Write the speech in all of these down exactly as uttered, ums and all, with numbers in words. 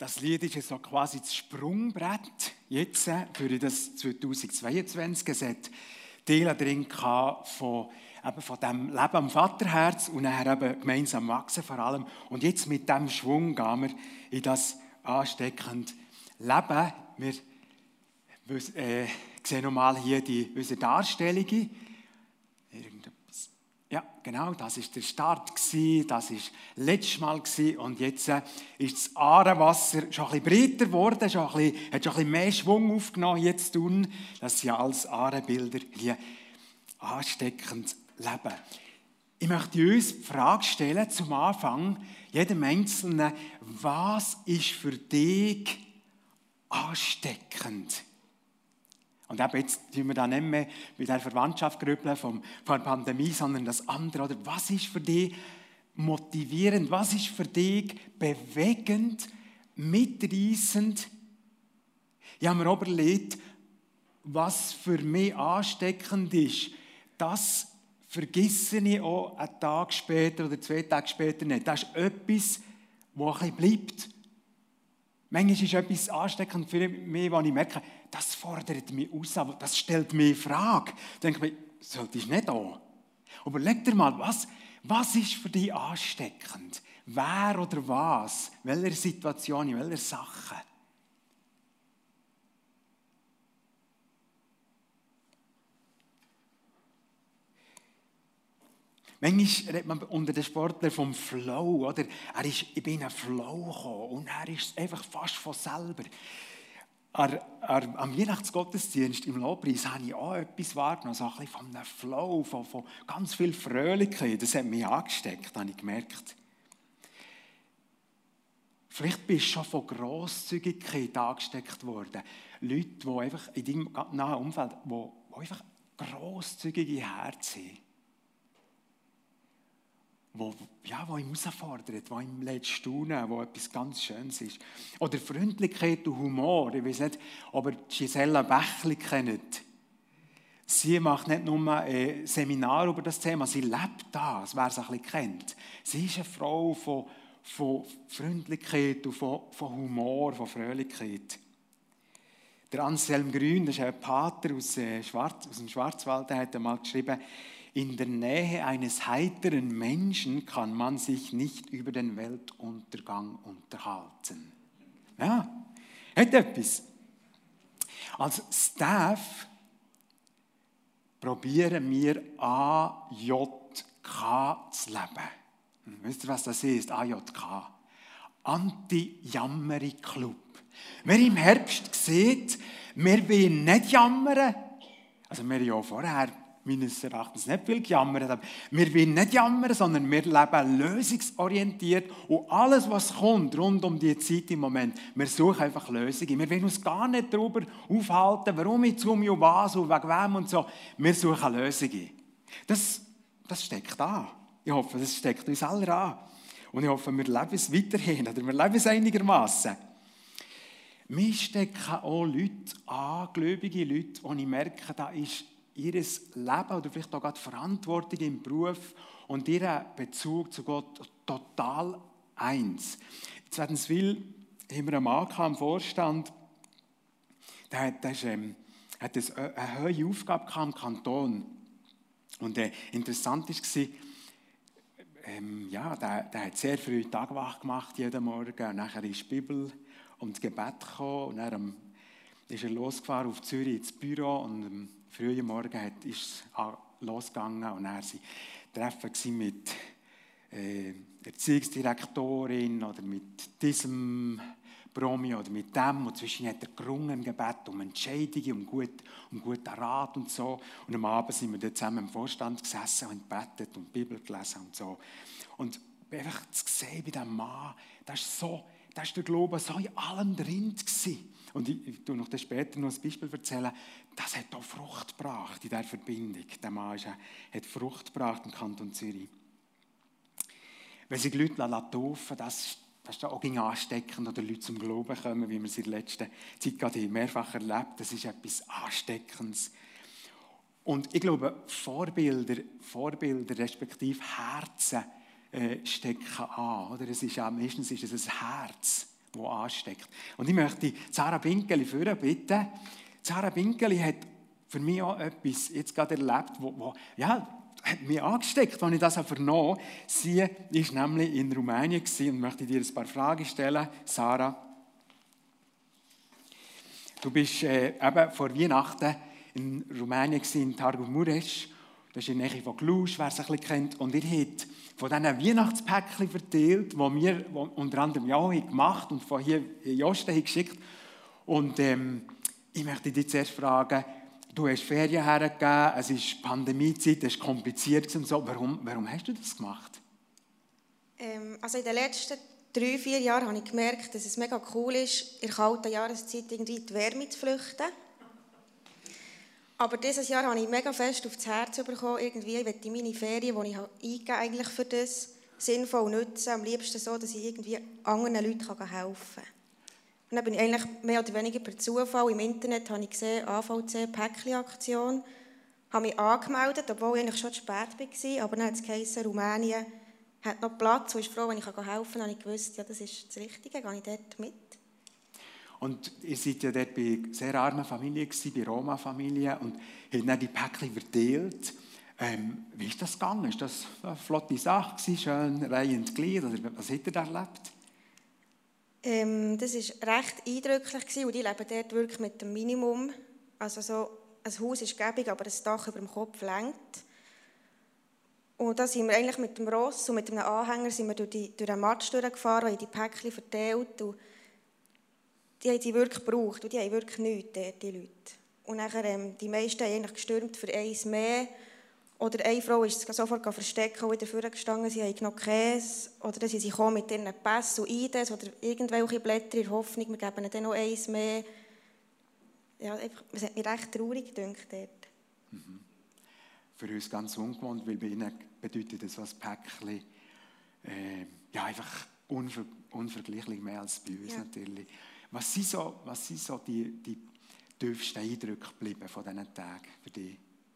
Das Lied ist so quasi das Sprungbrett jetzt für das zweitausendzweiundzwanzig. Es hat Teile drin von, eben von dem Leben am Vaterherz und nachher eben gemeinsam wachsen vor allem. Und jetzt mit diesem Schwung gehen wir in das ansteckende Leben. Wir äh, sehen nochmal hier die, unsere Darstellungen. Ja, genau, das war der Start, das war das letzte Mal und jetzt ist das Aarenwasser schon ein bisschen breiter geworden, schon ein bisschen, hat schon ein bisschen mehr Schwung aufgenommen jetzt tun. Das sind ja alles Aarenbilder hier ansteckend leben. Ich möchte uns die Frage stellen, zum Anfang, jedem Einzelnen, was ist für dich ansteckend? Und eben jetzt tun wir da nicht mehr bei der Verwandtschaft grübeln von der Pandemie, sondern das andere. Oder was ist für dich motivierend? Was ist für dich bewegend, mitreissend? Ich habe mir auch überlegt, was für mich ansteckend ist. Das vergesse ich auch einen Tag später oder zwei Tage später nicht. Das ist etwas, das ein bisschen bleibt. Manchmal ist etwas ansteckend für mich, wo ich merke, das fordert mich aus, das stellt mich in Frage. Dann denke ich mir, sollte ich nicht an? Überleg dir mal, was, was ist für dich ansteckend? Wer oder was? Welche Situation, in welcher Sache? Manchmal redet man unter den Sportlern vom Flow, oder? Er ist, ich bin in einen Flow gekommen und er ist einfach fast von selber. Ar, ar, am Weihnachtsgottesdienst im Lobpreis habe ich auch etwas wahrgenommen, so ein bisschen von einem Flow, von, von ganz viel Fröhlichkeit. Das hat mich angesteckt, habe ich gemerkt. Vielleicht bist du schon von Grosszügigkeit angesteckt worden. Leute, die einfach in deinem nahen Umfeld, die, die einfach grosszügige Herzen haben. Wo, ja, wo ihn herausfordert, wo ihn lässt staunen, wo etwas ganz Schönes ist. Oder Freundlichkeit und Humor. Ich weiß nicht, ob ihr Gisela Bächli kennt. Sie macht nicht nur ein Seminar über das Thema, sie lebt das, wer es ein bisschen kennt. Sie ist eine Frau von, von Freundlichkeit und von, von Humor, von Fröhlichkeit. Der Anselm Grün, das ist ein Pater aus, äh, Schwarz, aus dem Schwarzwald, der hat einmal geschrieben, in der Nähe eines heiteren Menschen kann man sich nicht über den Weltuntergang unterhalten. Ja, hat etwas. Als Staff probieren wir A J K zu leben. Wisst ihr, was das ist? A J K. Anti-Jammeri-Club. Wer im Herbst sieht, wir wollen nicht jammern. Also wir haben ja vorher meines Erachtens nicht viel gejammert haben. Wir wollen nicht jammern, sondern wir leben lösungsorientiert. Und alles, was kommt rund um die Zeit im Moment, wir suchen einfach Lösungen. Wir wollen uns gar nicht darüber aufhalten, warum ich zu mir und was und wegen wem und so. Wir suchen Lösungen. Das, das steckt an. Ich hoffe, das steckt uns alle an. Und ich hoffe, wir leben es weiterhin oder wir leben es einigermaßen. Mir stecken auch Leute an, gläubige Leute, wo ich merke, da ist ihr Leben oder vielleicht auch gerade Verantwortung im Beruf und ihr Bezug zu Gott total eins. In Wädenswil haben wir einen Mann im Vorstand, der hat, der ist, ähm, hat eine hohe Aufgabe im Kanton. Und äh, interessant war, ähm, ja, der, der hat sehr früh Tagwache gemacht, jeden Morgen. Und nachher ist die Bibel und das Gebet gekommen. Und dann ist er losgefahren auf Zürich ins Büro und am frühen Morgen ist es losgegangen und dann waren Treffen mit äh, Erziehungsdirektorin oder mit diesem Promi oder mit dem und zwischen hat er gerungen im Gebet um Entscheidungen, um, gut, um guten Rat und so. Und am Abend sind wir dort zusammen im Vorstand gesessen und gebetet und die Bibel gelesen und so. Und einfach zu sehen bei diesem Mann, das ist so, das ist der Glaube so in allem drin gewesen. Und ich, ich tue noch das später noch ein Beispiel erzählen. Das hat auch Frucht gebracht in dieser Verbindung. Der Mann ist, hat Frucht gebracht im Kanton Zürich. Wenn sich Leute taufen lassen, das, das ist auch ansteckend, oder Leute zum Glauben kommen, wie wir es in der letzten Zeit gerade mehrfach erlebt. Das ist etwas Ansteckendes. Und ich glaube, Vorbilder, Vorbilder respektive Herzen äh, stecken an. Oder? Es ist auch, meistens ist es ein Herz, die ansteckt. Und ich möchte Sarah Binkeli führen bitten. Sarah Binkeli hat für mich auch etwas jetzt gerade erlebt, wo, wo ja, hat mich angesteckt, als ich das vernommen habe. Sie war nämlich in Rumänien und möchte dir ein paar Fragen stellen. Sarah, du bist äh, eben vor Weihnachten in Rumänien in Târgu Mureș. Das ist in der Nähe von Cluj, wer es ein bisschen kennt. Und ihr habt von diesen Weihnachtspäckchen verteilt, die wir wo unter anderem ja auch gemacht haben und von hier in Josten geschickt. Und ähm, ich möchte dich zuerst fragen, du hast Ferien hergegeben, es ist Pandemiezeit, es ist kompliziert und so. Warum, warum hast du das gemacht? Ähm, also in den letzten drei, vier Jahren habe ich gemerkt, dass es mega cool ist, in der kalten Jahreszeit irgendwie in die Wärme zu flüchten. Aber dieses Jahr habe ich mega fest auf das Herz bekommen, irgendwie, ich möchte meine Ferien, die ich eingegeben eigentlich für das, sinnvoll nutzen, am liebsten so, dass ich irgendwie anderen Leuten helfen kann. Und dann bin ich eigentlich mehr oder weniger per Zufall im Internet, habe ich gesehen, A V C-Päckchen-Aktion, habe mich angemeldet, obwohl ich eigentlich schon zu spät war, aber dann hat es geheißen, Rumänien hat noch Platz und ist froh, wenn ich helfen kann. Dann habe ich gewusst, ja, das ist das Richtige, gehe ich dort mit. Und ihr seid ja dort bei sehr armen Familien, bei Roma-Familien, und habt dann die Päckchen verteilt. Ähm, wie ist das gegangen? Ist das eine flotte Sache gewesen, schön reihend Glied, oder was habt ihr da erlebt? Ähm, das war recht eindrücklich gewesen, und die leben dort wirklich mit dem Minimum. Also so, ein Haus ist gäbig, aber ein Dach über dem Kopf reicht. Und da sind wir eigentlich mit dem Ross und mit einem Anhänger sind wir durch, die, durch den Matsch durchgefahren, haben die Päckchen verteilt. Und die haben die wirklich gebraucht und die haben wirklich nichts, die Leute. Und nachher, ähm, die meisten haben eigentlich gestürmt für eins mehr. Oder eine Frau ist sofort verstecken und wieder vorgestanden, sie haben noch Käse. Oder dann sind sie gekommen mit ihren Pässen und I D s oder irgendwelche Blätter in der Hoffnung, wir geben ihnen dann noch eins mehr. Ja, einfach, es hat mich recht traurig gedacht dort. Mhm. Für uns ganz ungewohnt, weil bei ihnen bedeutet das was Päckchen äh, ja, einfach unver, unvergleichlich mehr als bei uns, ja. Natürlich. Was sind so, was sind so die, die tiefsten Eindrücke geblieben von diesen Tagen für dich?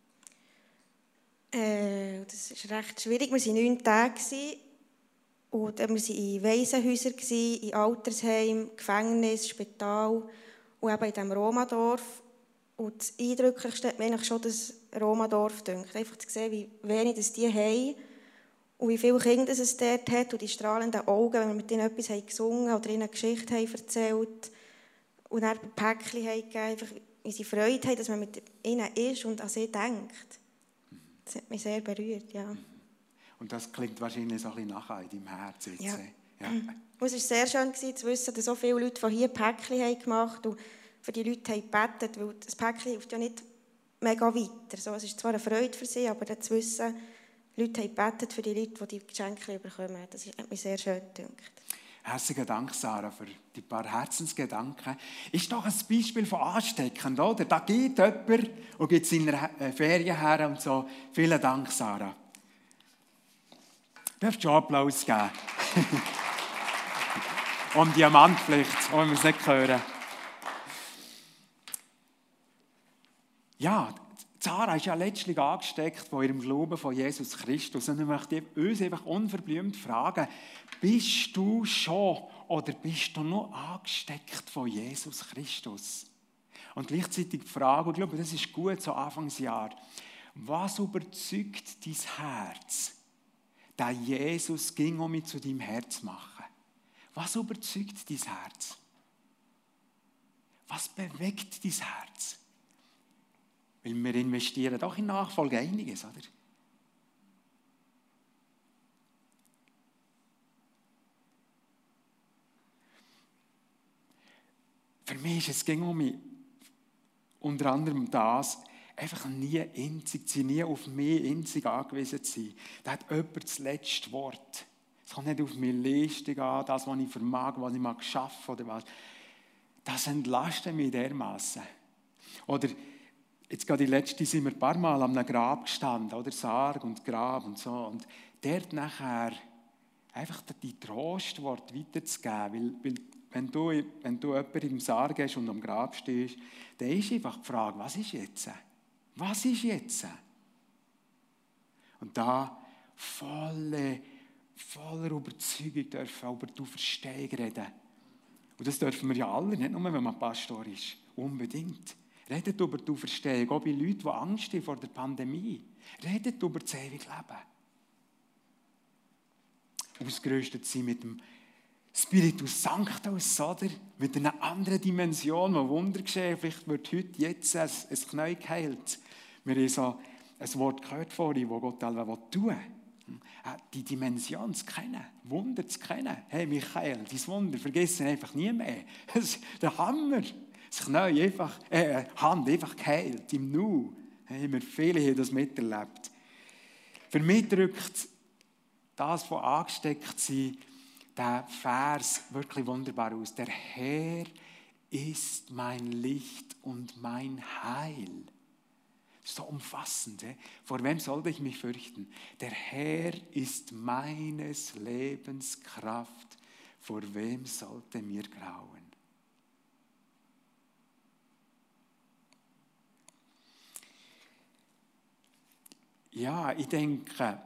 Äh, das ist recht schwierig. Wir waren neun Tage und wir waren in Waisenhäusern, in Altersheimen, Gefängnis, Spital und eben in diesem Roma-Dorf. Und das Eindrücklichste hat mir eigentlich schon das Roma-Dorf gedacht. Einfach zu sehen, wie wenig das die haben und wie viele Kinder es dort hat und die strahlenden Augen, wenn wir mit ihnen etwas haben gesungen oder ihnen eine Geschichte haben erzählt und dann ein Päckchen haben gegeben, einfach wie sie Freude haben, dass man mit ihnen ist und an sie denkt. Das hat mich sehr berührt, ja. Und das klingt wahrscheinlich so ein bisschen nachher in deinem Herzen jetzt. Ja. Ja. Und es war sehr schön zu wissen, dass so viele Leute von hier Päckchen haben gemacht und für die Leute haben gebetet, weil das Päckchen hilft ja nicht mega weiter. So, es ist zwar eine Freude für sie, aber dann zu wissen, die Leute haben gebetet für die Leute, die die Geschenke bekommen. Das hat mich sehr schön gedacht. Herzlichen Dank, Sarah, für die paar Herzensgedanken. Ist doch ein Beispiel von ansteckend, oder? Da geht jemand und geht seine Ferien her und so. Vielen Dank, Sarah. Du darfst schon Applaus geben. Um Diamant vielleicht, auch wenn wir es nicht hören. Ja, Sarah ist ja letztlich angesteckt von ihrem Glauben von Jesus Christus. Und ich möchte uns einfach unverblümt fragen, bist du schon oder bist du noch angesteckt von Jesus Christus? Und gleichzeitig die Frage, ich glaube, das ist gut, so Anfangsjahr, was überzeugt dein Herz, der Jesus ging, um mich zu deinem Herz zu machen? Was überzeugt dein Herz? Was bewegt dein Herz? Weil wir investieren doch in Nachfolge einiges, oder? Für mich ist es ging um mich, unter anderem das, einfach nie einzig zu sein, nie auf mich einzig angewiesen zu sein. Da hat jemand das letzte Wort. Es kommt nicht auf meine Leistung an, das, was ich vermag, was ich mag schaffen oder was. Das entlastet mich dermassen. Oder jetzt gerade die letzte sind wir ein paar Mal an einem Grab gestanden, oder Sarg und Grab und so. Und dort nachher einfach die Trostworte weiterzugeben, weil, weil wenn du, wenn du jemanden im Sarg hast und am Grab stehst, dann ist einfach die Frage, was ist jetzt? Was ist jetzt? Und da volle, voller Überzeugung dürfen über die Auferstehung reden Und das dürfen wir ja alle, nicht nur, wenn man Pastor ist. Unbedingt. Redet über die Auferstehung, auch bei Leuten, die Angst haben vor der Pandemie. Redet über das ewige Leben. Ausgerüstet sein mit dem Spiritus Sanctus, oder? Mit einer anderen Dimension, wo Wunder geschehen. Vielleicht wird heute, jetzt ein, ein Knie geheilt. Wir haben so ein Wort gehört vorhin, das Gott alle tun will. Die Dimension zu kennen, Wunder zu kennen. Hey Michael, dein Wunder, vergiss ihn einfach nie mehr. Das ist der Hammer. Das Knie einfach, äh, Hand einfach geheilt, im Nu. Hey, wir viele haben das miterlebt. Für mich drückt das von angesteckt sein, der Vers wirklich wunderbar aus. Der Herr ist mein Licht und mein Heil. So umfassend. Eh? Vor wem sollte ich mich fürchten? Der Herr ist meines Lebens Kraft. Vor wem sollte mir grauen? Ja, ich denke,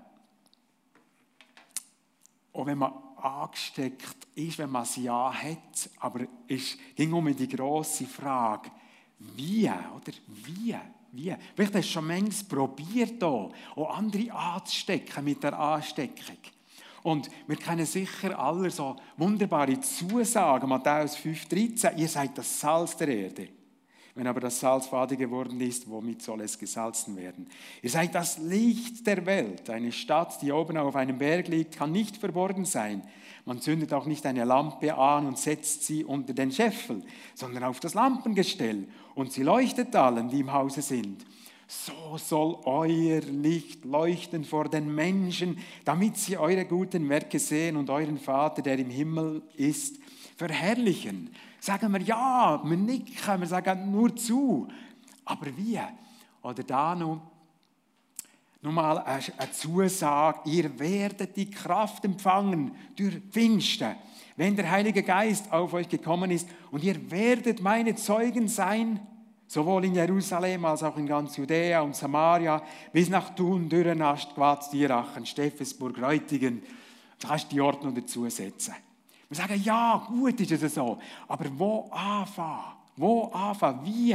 auch wenn man angesteckt ist, wenn man ein Ja hat, aber es ging um die grosse Frage, wie, oder wie? Wie? Vielleicht hast du schon manches probiert, auch andere anzustecken mit der Ansteckung. Und wir kennen sicher alle so wunderbare Zusagen. Matthäus fünf dreizehn, ihr seid das Salz der Erde. Wenn aber das Salz fade geworden ist, womit soll es gesalzen werden? Ihr seid das Licht der Welt. Eine Stadt, die oben auf einem Berg liegt, kann nicht verborgen sein. Man zündet auch nicht eine Lampe an und setzt sie unter den Scheffel, sondern auf das Lampengestell. Und sie leuchtet allen, die im Hause sind. So soll euer Licht leuchten vor den Menschen, damit sie eure guten Werke sehen und euren Vater, der im Himmel ist, verherrlichen. Sagen wir ja, wir nicken, wir sagen nur zu. Aber wie? Oder da noch, noch mal eine Zusage, ihr werdet die Kraft empfangen durch Pfingsten, wenn der Heilige Geist auf euch gekommen ist. Und ihr werdet meine Zeugen sein, sowohl in Jerusalem als auch in ganz Judäa und Samaria, bis nach Thun, Dürrenast, Glatz, Dirachen, Steffensburg, Reutingen. Du kannst die Orte noch dazu setzen. Wir sagen, ja, gut ist es so, aber wo anfangen? Wo anfangen? Wie?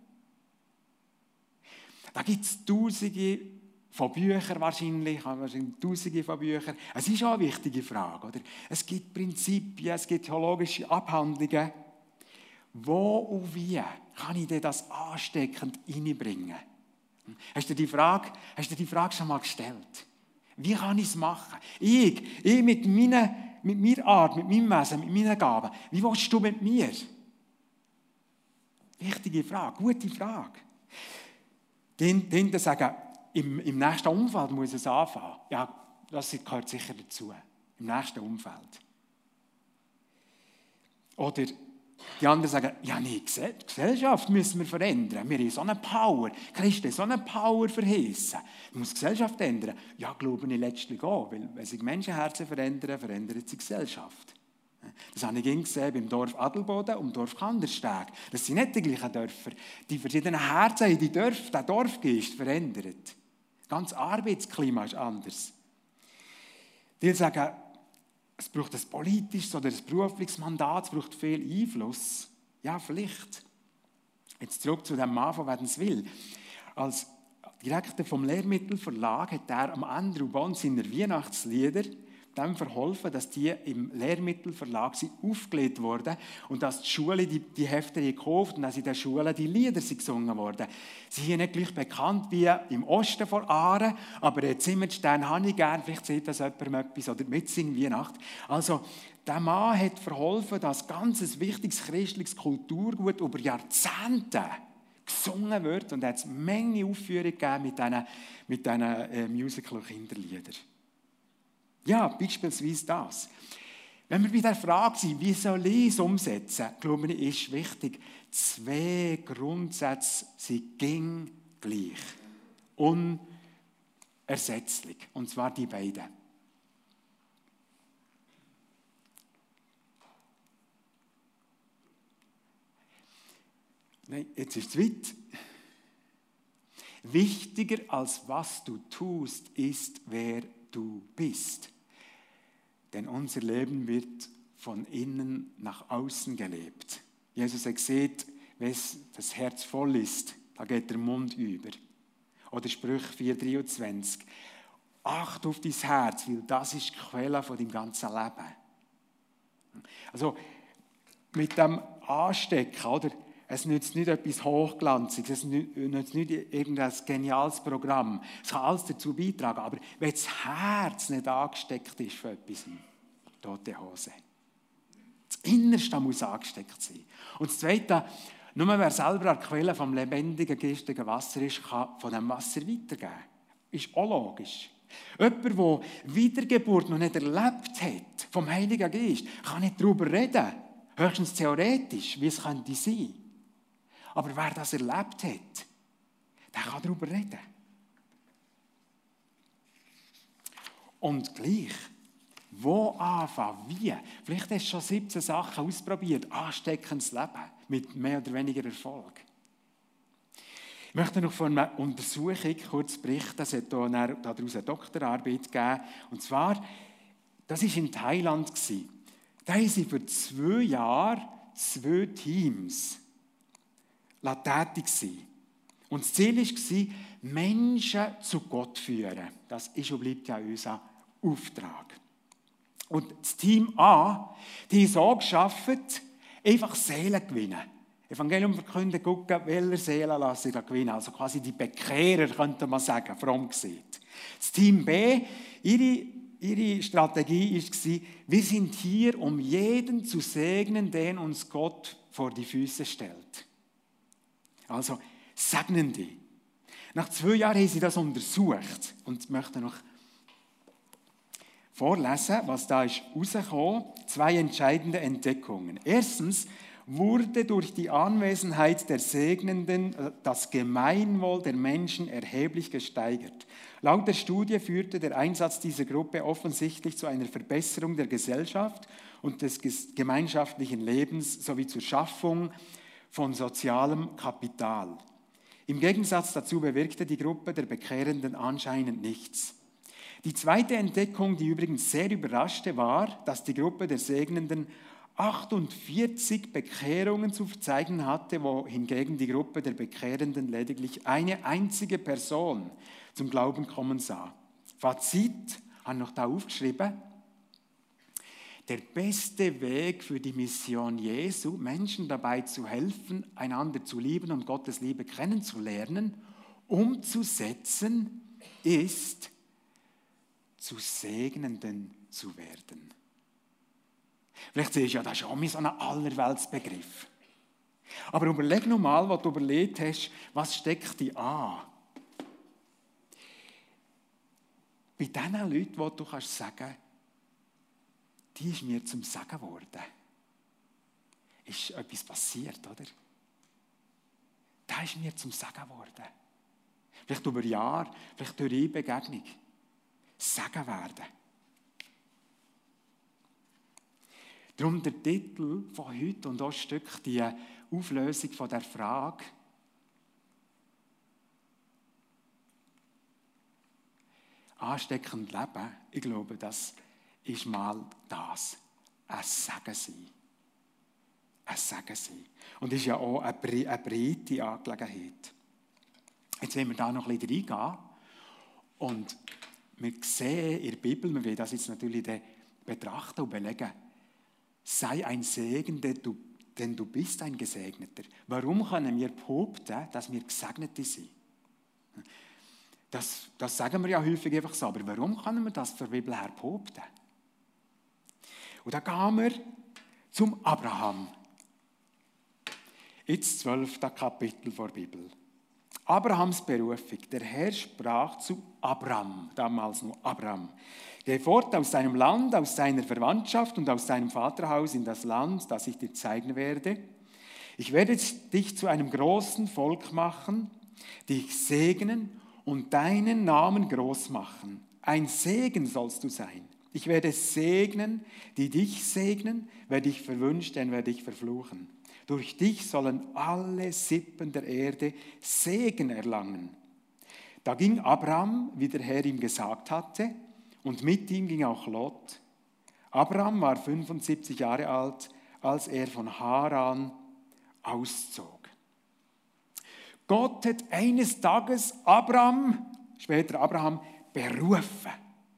Da gibt es Tausende von Büchern wahrscheinlich, wahrscheinlich Tausende von Büchern. Es ist auch eine wichtige Frage, oder? Es gibt Prinzipien, es gibt theologische Abhandlungen. Wo und wie kann ich denn das ansteckend reinbringen? Hast du die Frage, hast du die Frage schon mal gestellt? Wie kann ich es machen? Ich, ich mit meiner, mit meiner Art, mit meinem Wesen, mit meinen Gaben. Wie willst du mit mir? Wichtige Frage, gute Frage. Die Kinder sagen, im, im nächsten Umfeld muss es anfangen. Ja, das gehört sicher dazu. Im nächsten Umfeld. Oder die anderen sagen, ja nee, die Gesellschaft müssen wir verändern. Wir haben so eine Power. Christen haben so eine Power verheißen. Man muss die Gesellschaft ändern. Ja, glaube ich letztlich auch. Weil wenn sich Menschenherzen verändern, verändert sich die Gesellschaft. Das habe ich gesehen beim Dorf Adelboden und dem Dorf Kandersteg. Das sind nicht die gleichen Dörfer. Die verschiedenen Herzen in die Dörfer, der Dorfgeist verändert. Das ganze Arbeitsklima ist anders. Die sagen, es braucht ein politisches oder ein berufliches Mandat, es braucht viel Einfluss. Ja, vielleicht. Jetzt zurück zu dem Mann von Wädenswil. Als Direktor vom Lehrmittelverlag hat er am Andrew Bond seiner Weihnachtslieder dem verholfen, dass die im Lehrmittelverlag aufgelegt wurden und dass die Schule die, die Hefte gekauft und dass in den Schulen die Lieder gesungen wurden. Sie sind nicht gleich bekannt wie im Osten von Aaren, aber den Zimmerstern habe ich gern, vielleicht sieht das jemandem etwas, oder Mitsingen Weihnacht. Also, der Mann hat verholfen, dass ganz ein wichtiges christliches Kulturgut über Jahrzehnte gesungen wird und hat es eine Menge Aufführungen gegeben mit diesen, mit diesen äh, Musical- und Kinderliedern. Ja, beispielsweise das. Wenn wir bei der Frage sind, wie soll ich es umsetzen, glaube ich, ist wichtig, zwei Grundsätze sind ging gleich. Unersetzlich. Und zwar die beiden. Nein, jetzt ist es weit. Wichtiger als was du tust, ist, wer du bist. Denn unser Leben wird von innen nach außen gelebt. Jesus hat gesagt, wenn das Herz voll ist, da geht der Mund über. Oder Sprüche vier dreiundzwanzig. Acht auf dein Herz, weil das ist die Quelle von deinem ganzen Leben. Also mit dem Anstecken, oder? Es nützt nicht etwas Hochglanziges, es nützt nicht irgendein geniales Programm. Es kann alles dazu beitragen, aber wenn das Herz nicht angesteckt ist für etwas, tote Hose. Das Innerste muss angesteckt sein. Und das Zweite, nur wer selber an der Quelle vom lebendigen, geistigen Wasser ist, kann von diesem Wasser weitergeben. Ist auch logisch. Jemand, der Wiedergeburt noch nicht erlebt hat, vom Heiligen Geist, kann nicht darüber reden. Höchstens theoretisch, wie es könnte sein. Aber wer das erlebt hat, der kann darüber reden. Und gleich, wo anfangen, wie? Vielleicht hast du schon siebzehn Sachen ausprobiert, ansteckendes Leben, mit mehr oder weniger Erfolg. Ich möchte noch von einer Untersuchung kurz berichten. Es hat daraus eine Doktorarbeit gegeben. Und zwar, das war in Thailand. Da haben sie für zwei Jahre zwei Teams tätig sein. Und das Ziel war, Menschen zu Gott zu führen. Das ist und bleibt ja unser Auftrag. Und das Team A, die haben so geschafft, einfach Seelen gewinnen. Evangelium verkünden, gucken, welche Seelen lassen sie gewinnen. Also quasi die Bekehrer, könnte man sagen, fromm gesagt. Das Team B, ihre, ihre Strategie war, wir sind hier, um jeden zu segnen, den uns Gott vor die Füße stellt. Also Segnende. Nach zwei Jahren haben sie das untersucht und ich möchte noch vorlesen, was da ist rausgekommen. Zwei entscheidende Entdeckungen. Erstens wurde durch die Anwesenheit der Segnenden das Gemeinwohl der Menschen erheblich gesteigert. Laut der Studie führte der Einsatz dieser Gruppe offensichtlich zu einer Verbesserung der Gesellschaft und des gemeinschaftlichen Lebens sowie zur Schaffung von sozialem Kapital. Im Gegensatz dazu bewirkte die Gruppe der Bekehrenden anscheinend nichts. Die zweite Entdeckung, die übrigens sehr überraschte, war, dass die Gruppe der Segnenden achtundvierzig Bekehrungen zu verzeichnen hatte, wo hingegen die Gruppe der Bekehrenden lediglich eine einzige Person zum Glauben kommen sah. Fazit, habe ich noch da aufgeschrieben, der beste Weg für die Mission Jesu, Menschen dabei zu helfen, einander zu lieben und Gottes Liebe kennenzulernen, umzusetzen, ist, zu Segnenden zu werden. Vielleicht siehst du ja, das ist auch so ein Allerweltsbegriff. Aber überleg noch mal, was du überlegt hast, was steckt dich an? Bei diesen Leuten, wo du kannst sagen, die ist mir zum Segen geworden. Ist etwas passiert, oder? Da ist mir zum Segen geworden. Vielleicht über Jahre, vielleicht durch eine Begegnung. Segen werden. Darum der Titel von heute und auch ein Stück die Auflösung von der Frage. Ansteckend leben, ich glaube, das ist mal das. Ein Segen sein. Ein Segen sein. Und ist ja auch eine breite Angelegenheit. Jetzt wollen wir da noch ein bisschen reingehen. Und wir sehen in der Bibel, wir wollen das jetzt natürlich betrachten und belegen, sei ein Segen, denn du bist ein Gesegneter. Warum können wir behaupten, dass wir Gesegnete sind? Das, das sagen wir ja häufig einfach so, aber warum können wir das von der Bibel her behaupten? Und dann gehen wir zum Abraham. Jetzt zwölfte Kapitel der Bibel. Abrahams Berufung. Der Herr sprach zu Abram, damals nur Abram. Geh fort aus deinem Land, aus deiner Verwandtschaft und aus deinem Vaterhaus in das Land, das ich dir zeigen werde. Ich werde dich zu einem großen Volk machen, dich segnen und deinen Namen groß machen. Ein Segen sollst du sein. Ich werde segnen, die dich segnen, wer dich verwünscht, den werde ich verfluchen. Durch dich sollen alle Sippen der Erde Segen erlangen. Da ging Abram, wie der Herr ihm gesagt hatte, und mit ihm ging auch Lot. Abraham war fünfundsiebzig Jahre alt, als er von Haran auszog. Gott hat eines Tages Abraham, später Abraham, berufen.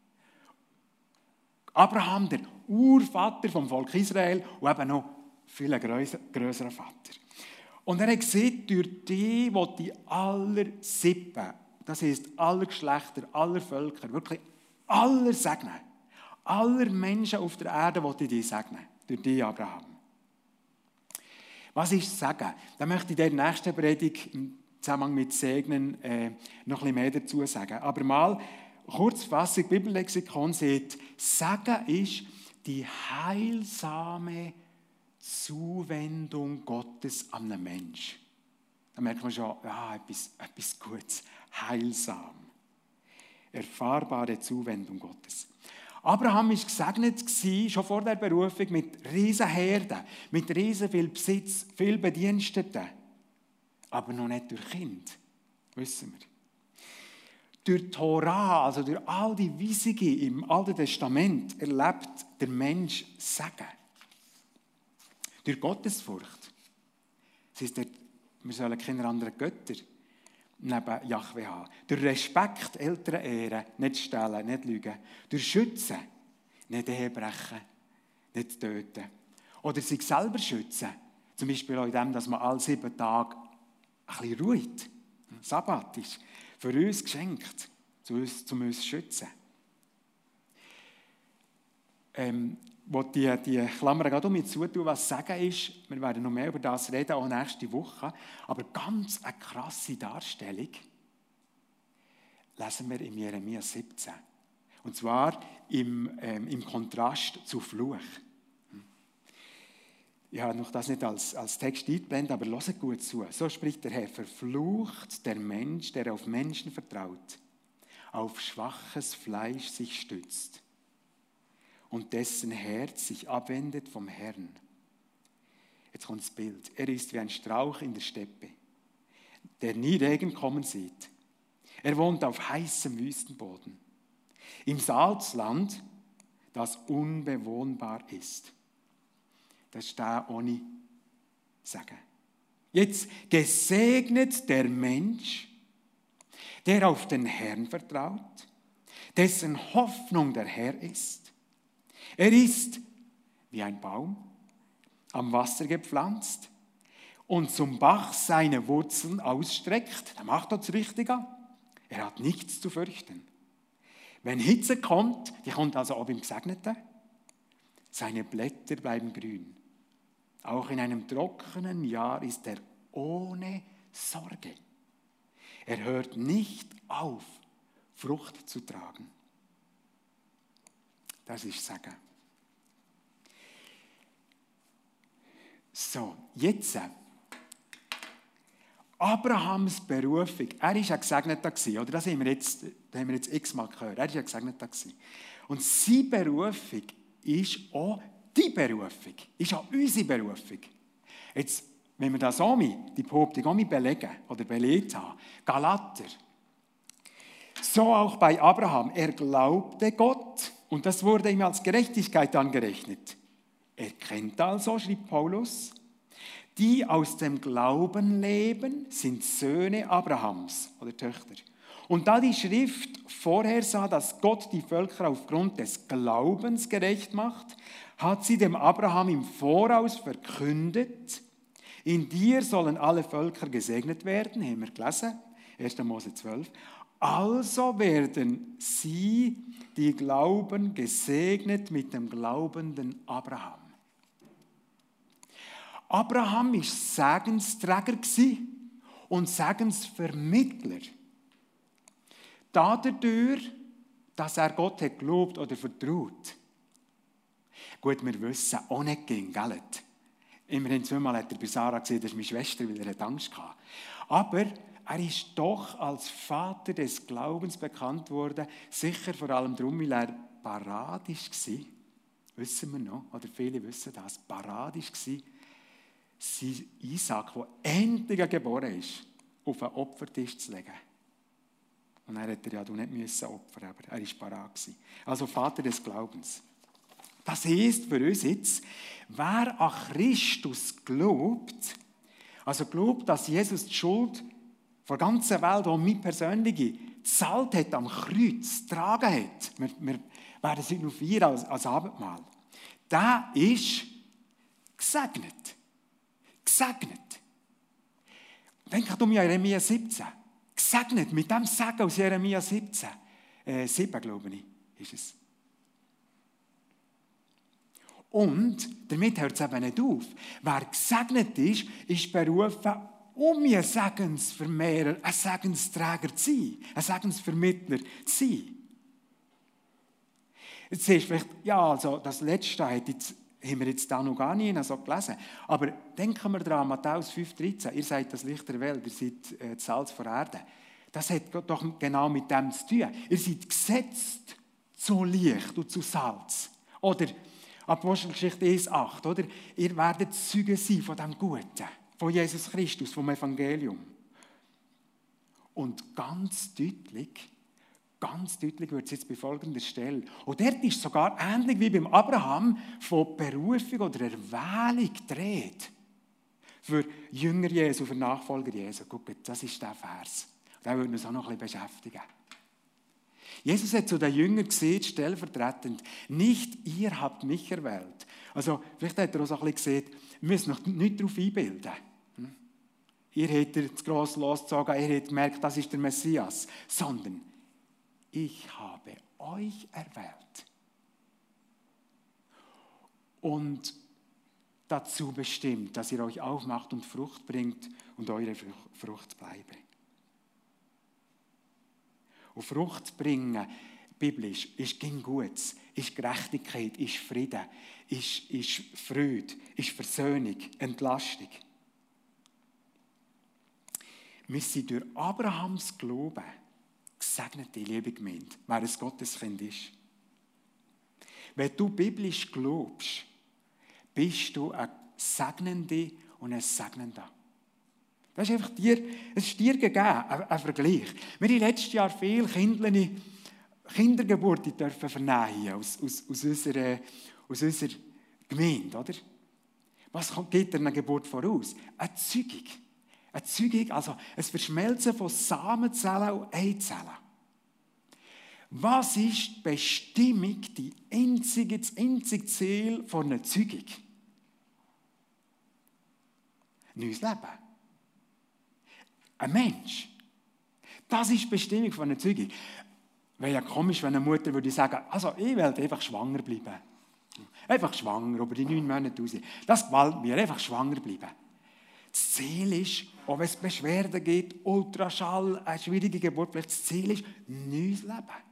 Abraham, der Urvater vom Volk Israel und eben noch viel grösserer Vater. Und er hat gesehen, durch die, wo die aller Sippen, das heisst aller Geschlechter, aller Völker, wirklich aller segnen, aller Menschen auf der Erde, will ich die segnen, durch die Abraham. Was ist Segen? Da möchte ich in der nächsten Predigt im Zusammenhang mit Segnen äh, noch ein bisschen mehr dazu sagen. Aber mal, Kurzfassung, Bibellexikon sagt, Segen ist die heilsame Zuwendung Gottes an einen Menschen. Da merkt man schon, ja, etwas, etwas Gutes, heilsam. Erfahrbare Zuwendung Gottes. Abraham war gesegnet, schon vor der Berufung, mit riesen Herden, mit riesen viel Besitz, viel Bediensteten. Aber noch nicht durch Kind, wissen wir. Durch die Torah, also durch all die Weisungen im Alten Testament, erlebt der Mensch Segen. Durch Gottesfurcht. Das heisst, wir sollen keine anderen Götter neben Jahwe haben. Durch Respekt, Eltern ehren, nicht stehlen, nicht lügen. Durch Schützen, nicht Ehe brechen, nicht töten. Oder sich selber schützen. Zum Beispiel auch in dem, dass man alle sieben Tage ein bisschen ruht. Sabbat ist für uns geschenkt, um uns zu schützen. Ähm, Ich will die, die Klammer gerade um mich zutun, was Sagen ist. Wir werden noch mehr über das reden, auch nächste Woche. Aber ganz eine krasse Darstellung lesen wir in Jeremia siebzehn. Und zwar im, ähm, im Kontrast zu Fluch. Ich habe noch das nicht als, als Text eingeblendet, aber hört gut zu. So spricht der Herr: Verflucht der Mensch, der auf Menschen vertraut, auf schwaches Fleisch sich stützt und dessen Herz sich abwendet vom Herrn. Jetzt kommt das Bild. Er ist wie ein Strauch in der Steppe, der nie Regen kommen sieht. Er wohnt auf heißem Wüstenboden, im Salzland, das unbewohnbar ist. Das steht ohne Sagen. Jetzt gesegnet der Mensch, der auf den Herrn vertraut, dessen Hoffnung der Herr ist. Er ist wie ein Baum, am Wasser gepflanzt und zum Bach seine Wurzeln ausstreckt. Er macht das Richtige. Er hat nichts zu fürchten. Wenn Hitze kommt, die kommt also auch beim Gesegneten, seine Blätter bleiben grün. Auch in einem trockenen Jahr ist er ohne Sorge. Er hört nicht auf, Frucht zu tragen. Das ist Segen. So, jetzt Abrahams Berufung. Er war ein Gesegneter, oder? Das haben wir jetzt, das haben wir jetzt x-mal gehört. Er war ein Gesegneter. Und seine Berufung ist auch die Berufung, ist auch unsere Berufung. Jetzt, wenn wir das auch mit, die Behauptung auch mit belegen oder belegt haben, Galater, so auch bei Abraham, er glaubte Gott und das wurde ihm als Gerechtigkeit angerechnet. Er kennt also, schreibt Paulus, die aus dem Glauben leben, sind Söhne Abrahams oder Töchter. Und da die Schrift vorhersah, dass Gott die Völker aufgrund des Glaubens gerecht macht, hat sie dem Abraham im Voraus verkündet, in dir sollen alle Völker gesegnet werden, haben wir gelesen, erster Mose zwölf. Also werden sie, die glauben, gesegnet mit dem glaubenden Abraham. Abraham war Segensträger und Segensvermittler. Dadurch, dass er Gott hat gelobt oder vertraut. Gut, wir wissen auch nicht gegen Geld. Immerhin zweimal hat er bei Sarah gesehen, das ist meine Schwester, weil er Angst hatte. Aber er ist doch als Vater des Glaubens bekannt worden, sicher vor allem darum, weil er paradisch war. Wissen wir noch, oder viele wissen das, paradisch war, sein Isaac, der endlich geboren ist, auf einen Opfertisch zu legen. Und er hätte ja nicht opfern müssen, aber er war parat. Also Vater des Glaubens. Das heisst für uns jetzt, wer an Christus glaubt, also glaubt, dass Jesus die Schuld der ganzen Welt, die mich persönlich gezahlt hat, am Kreuz getragen hat, wir, wir werden es heute noch feiern als, als Abendmahl, der ist gesegnet. Gesegnet. Denkt um Jeremia siebzehn. Gesegnet, mit dem Segen aus Jeremia siebzehn. Äh, sieben, glaube ich, ist es. Und damit hört es eben nicht auf. Wer gesegnet ist, ist berufen, um ein Segensvermehrer, ein Segensträger zu sein, ein Segensvermittler zu sein. Jetzt siehst du vielleicht, ja, also das Letzte hat jetzt, haben wir jetzt da noch gar nie so gelesen. Aber denken wir daran, Matthäus fünf dreizehn, ihr seid das Licht der Welt, ihr seid äh, das Salz der Erde. Das hat doch genau mit dem zu tun. Ihr seid gesetzt zu Licht und zu Salz. Oder Apostelgeschichte eins acht, oder? Ihr werdet Zeugen sein von dem Guten, von Jesus Christus, vom Evangelium. Und ganz deutlich, ganz deutlich wird es jetzt bei folgender Stelle. Und dort ist sogar ähnlich wie beim Abraham von Berufung oder Erwählung die Rede. Für Jünger Jesu, für Nachfolger Jesu. Guckt, das ist der Vers. Den würden wir uns auch noch ein bisschen beschäftigen. Jesus hat zu den Jüngern gesagt, stellvertretend, nicht ihr habt mich erwählt. Also, vielleicht hat er auch so ein bisschen gesagt, wir müssen noch nicht darauf einbilden. Hm? Ihr habt das gross losgezogen, ihr habt gemerkt, das ist der Messias. Sondern, ich habe euch erwählt. Und dazu bestimmt, dass ihr euch aufmacht und Frucht bringt und eure Frucht bleibe. Und Frucht bringen, biblisch, ist ging Gutes, ist Gerechtigkeit, ist Frieden, ist, ist Freude, ist Versöhnung, Entlastung. Wir sind durch Abrahams Glauben gesegnete, liebe Gemeinde, wer ein Gotteskind ist. Wenn du biblisch glaubst, bist du ein Segnende und ein Segnender. Das ist einfach dir, es ist dir gegeben, ein, ein Vergleich. Wir haben letztes Jahr viele Kinderne, Kindergeburten dürfen vernehmen aus, aus, aus, unserer, aus unserer Gemeinde. Oder? Was geht einer Geburt voraus? Eine Zeugung. Eine Zeugung, also ein Verschmelzen von Samenzellen und Eizellen. Was ist die Bestimmung, die einzige, das einzige Ziel von einer Zeugung? Neues Leben. Ein Mensch. Das ist die Bestimmung von einer Zeugung. Wäre ja komisch, wenn eine Mutter würde sagen, also ich will einfach schwanger bleiben. Einfach schwanger, über die neun Monate raus. Das gefällt mir, einfach schwanger bleiben. Das Ziel ist, auch wenn es Beschwerden gibt, Ultraschall, eine schwierige Geburt, das Ziel ist, neues Leben.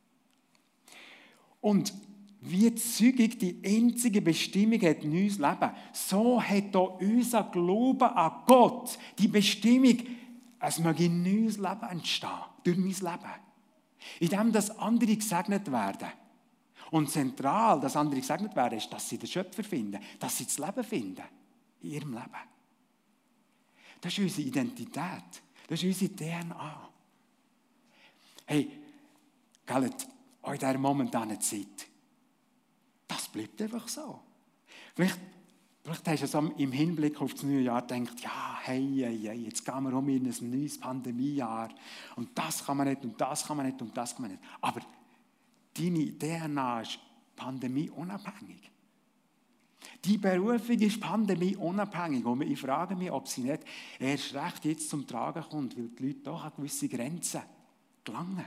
Und wie die Zeugung die einzige Bestimmung hat, neues Leben, so hat auch unser Glaube an Gott die Bestimmung, es möge ein neues Leben entstehen, durch mein Leben. Indem das andere gesegnet werden. Und zentral, dass andere gesegnet werden, ist, dass sie den Schöpfer finden, dass sie das Leben finden, in ihrem Leben. Das ist unsere Identität, das ist unsere D N A. Hey, Gallet, auch in dieser momentanen Zeit, das bleibt einfach so. Vielleicht Vielleicht hast du so im Hinblick auf das neue Jahr gedacht, ja, hey, hey, hey, jetzt gehen wir um in ein neues Pandemiejahr und das kann man nicht und das kann man nicht und das kann man nicht. Aber deine D N A ist pandemieunabhängig. Die Berufung ist pandemieunabhängig und ich frage mich, ob sie nicht erst recht jetzt zum Tragen kommt, weil die Leute doch an gewisse Grenzen gelangen.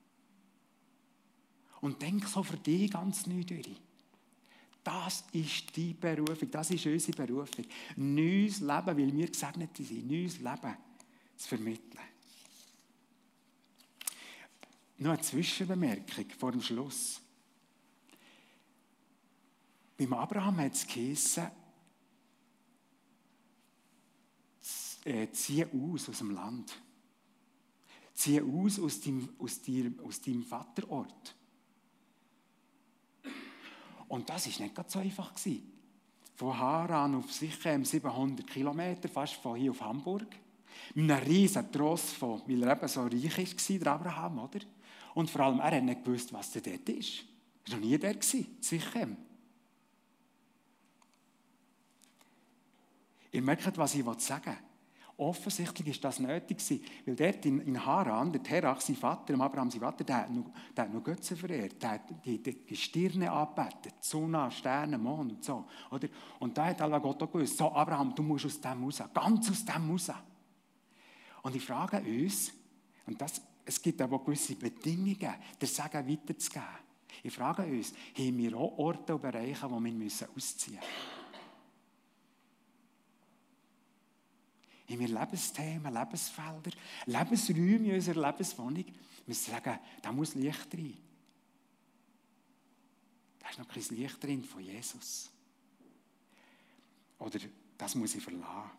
Und denk so für dich ganz neu durch. Das ist die Berufung, das ist unsere Berufung. Neues Leben, weil wir gesegnet sind, neues Leben zu vermitteln. Noch eine Zwischenbemerkung vor dem Schluss. Beim Abraham hat es geheißen, zieh aus aus dem Land. Zieh aus aus deinem, aus dir, aus deinem Vaterort. Und das war nicht so einfach. Von Haran auf Sichem siebenhundert Kilometer, fast von hier auf Hamburg. Mit einem riesen Tross, von, weil er eben so reich war, der Abraham. Oder? Und vor allem, er hat nicht gewusst, was da dort ist. Er war noch nie dort, Sichem. Ihr merkt, was ich sagen will. Offensichtlich war das nötig, weil dort in, in Haran, der Terach, sein Vater, Abraham, sein Vater, der hat noch, der hat noch Götzen verehrt, der hat die, die, die Stirne angebetet, die Sonne, Sterne, Mond und so. Oder? Und da hat Allah Gott auch gewusst, so Abraham, du musst aus dem raus, ganz aus dem raus. Und ich frage uns, und das, es gibt aber auch gewisse Bedingungen, der Segen weiterzugeben. Ich frage uns, haben wir auch Orte und Bereiche, wo wir ausziehen müssen? Haben wir Lebensthemen, Lebensfelder, Lebensräume in unserer Lebenswohnung? Wir müssen sagen, da muss Licht rein. Da ist noch kein Licht drin von Jesus. Oder das muss ich verlassen.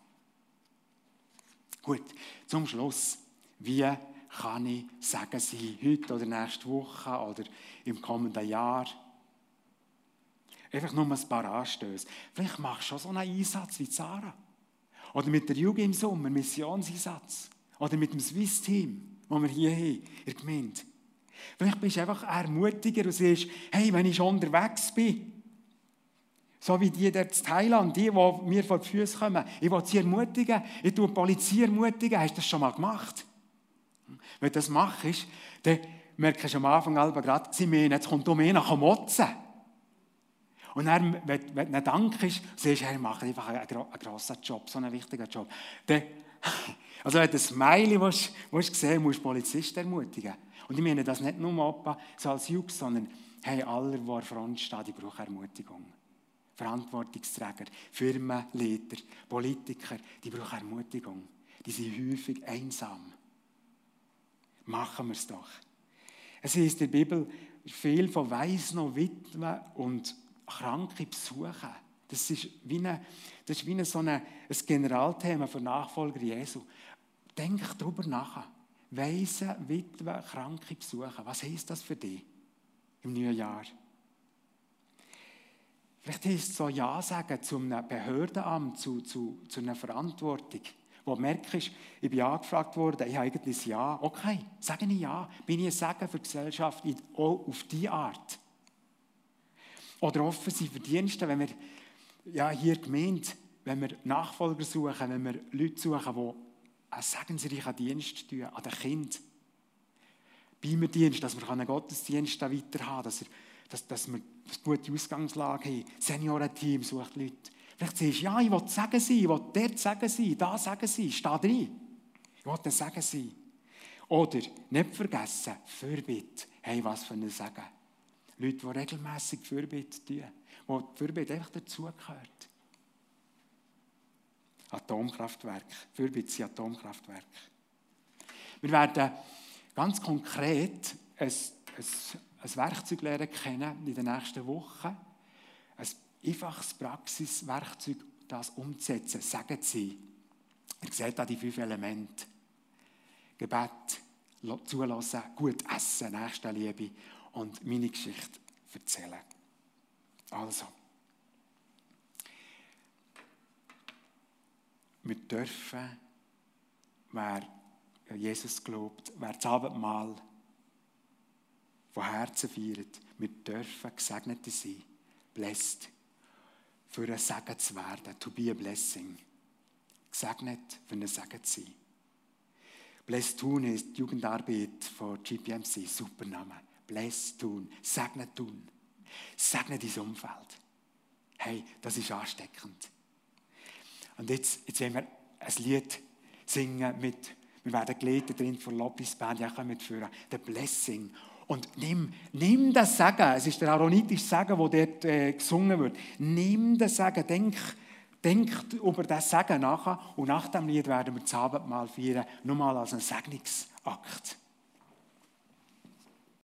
Gut, zum Schluss. Wie kann ich sagen, sie heute oder nächste Woche oder im kommenden Jahr? Einfach nur ein paar Anstöße. Vielleicht machst du schon so einen Einsatz wie Sarah. Oder mit der Jugend im Sommer, Missionseinsatz. Oder mit dem Swiss-Team, das wir hier haben, in der Gemeinde. Vielleicht bist du einfach ermutiger und sagst, hey, wenn ich schon unterwegs bin, so wie die dort in Thailand, die, die mir vor die Füße kommen, ich will sie ermutigen, ich tue die Polizei ermutigen, hast du das schon mal gemacht? Wenn du das machst, dann merkst du am Anfang gerade, sie meinen, jetzt kommt um mich nach motzen. Und dann, wenn, wenn du dankst, sagst du, er macht einfach einen, einen grossen Job, so einen wichtigen Job. Dann, also wenn du ein Smiley willst, willst sehen, musst du Polizisten ermutigen. Und ich meine das nicht nur Opa, so als Jux, sondern hey, alle, die an der Front stehen, die brauchen Ermutigung. Verantwortungsträger, Firmenleiter, Politiker, die brauchen Ermutigung. Die sind häufig einsam. Machen wir es doch. Es ist in der Bibel viel von Waisen, Witwen und Kranke besuchen. Das ist wie, eine, das ist wie eine, so eine, ein Generalthema für Nachfolger Jesu. Denk darüber nach. Waisen, Witwen, Kranke besuchen. Was heisst das für dich im neuen Jahr? Vielleicht heisst es so Ja sagen zu einem Behördenamt, zu, zu, zu einer Verantwortung. Wo du merkst, ich bin angefragt worden, ich habe eigentlich ein Ja. Okay, sage ich Ja. Bin ich ein Segen für die Gesellschaft auch auf diese Art? Oder offen sein für Dienste, wenn wir ja, hier gemeint, wenn wir Nachfolger suchen, wenn wir Leute suchen, die einen segensreichen Dienst tun, an den Kindern. Beimerdienst, dass wir einen Gottesdienst weiter haben, dass, er, dass, dass wir eine gute Ausgangslage haben. Seniorenteam sucht Leute. Vielleicht sagst du, ja, ich will sagen sein, ich will dort sagen sein, da sagen sein, steh drin. Ich will das sagen sein. Oder, nicht vergessen, Fürbitte. Hey, was für ein Segen. Leute, die regelmässig Fürbitte tun, wo die Fürbitte einfach dazugehört. Atomkraftwerk. Fürbitte sind Atomkraftwerk. Wir werden ganz konkret ein, ein, ein Werkzeug lernen kennen in den nächsten Wochen. Ein einfaches Praxiswerkzeug, das umzusetzen, sagen sie. Ihr seht da die fünf Elemente. Gebet, zulassen, gut essen, Nächstenliebe und meine Geschichte erzählen. Also, wir dürfen, wer Jesus glaubt, wer das Abendmahl von Herzen feiert, wir dürfen Gesegnete sein, blessed, für ein Segen zu werden, to be a blessing. Gesegnet, für ein Segen zu sein. Blessed tun ist die Jugendarbeit von G P M C, super Name. Blessed tun, segnet tun. Segnet dein Umfeld. Hey, das ist ansteckend. Und jetzt, jetzt werden wir ein Lied singen mit, wir werden geleitet drin von Lobby's Band, ja, kommen mitführen, The Blessing. Und nimm, nimm das Segen, es ist der aaronitische Segen, der dort äh, gesungen wird. Nimm das Segen, denk, denk über das Segen nach und nach dem Lied werden wir das Abendmahl feiern, nur mal als einen Segnungsakt.